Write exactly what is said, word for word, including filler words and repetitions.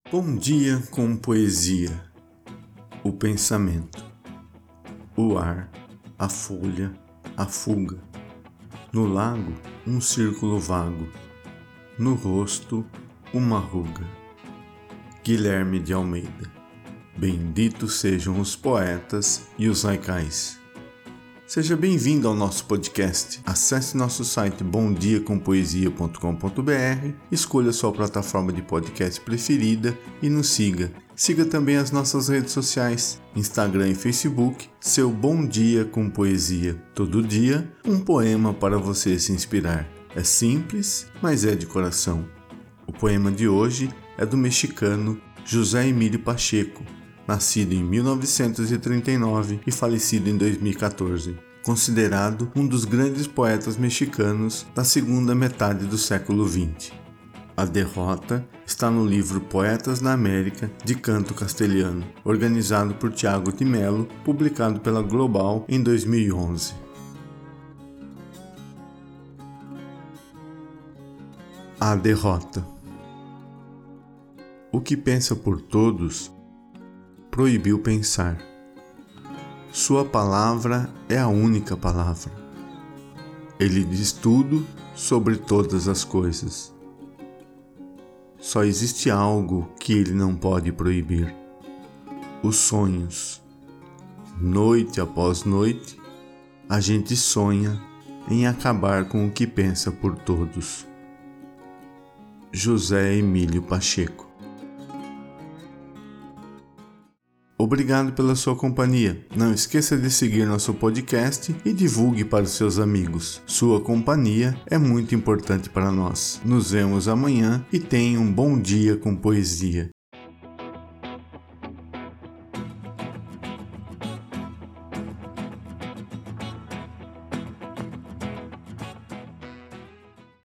Bom dia com poesia. O pensamento, o ar, a folha, a fuga. No lago, um círculo vago. No rosto, uma ruga. Guilherme de Almeida. Benditos sejam os poetas e os haikais. Seja bem-vindo ao nosso podcast. Acesse nosso site bom dia com poesia ponto com ponto b r, escolha sua plataforma de podcast preferida e nos siga. Siga também as nossas redes sociais, Instagram e Facebook, seu Bom Dia com Poesia. Todo dia, um poema para você se inspirar. É simples, mas é de coração. O poema de hoje é do mexicano José Emílio Pacheco, nascido em mil novecentos e trinta e nove e falecido em dois mil e quatorze, considerado um dos grandes poetas mexicanos da segunda metade do século vinte. A derrota está no livro Poetas na América, de canto castelhano, organizado por Tiago de Mello, publicado pela Global em dois mil e onze. A derrota. O que pensa por todos proibiu pensar. Sua palavra é a única palavra. Ele diz tudo sobre todas as coisas. Só existe algo que ele não pode proibir: os sonhos. Noite após noite, a gente sonha em acabar com o que pensa por todos. José Emílio Pacheco. Obrigado pela sua companhia. Não esqueça de seguir nosso podcast e divulgue para os seus amigos. Sua companhia é muito importante para nós. Nos vemos amanhã e tenha um bom dia com poesia.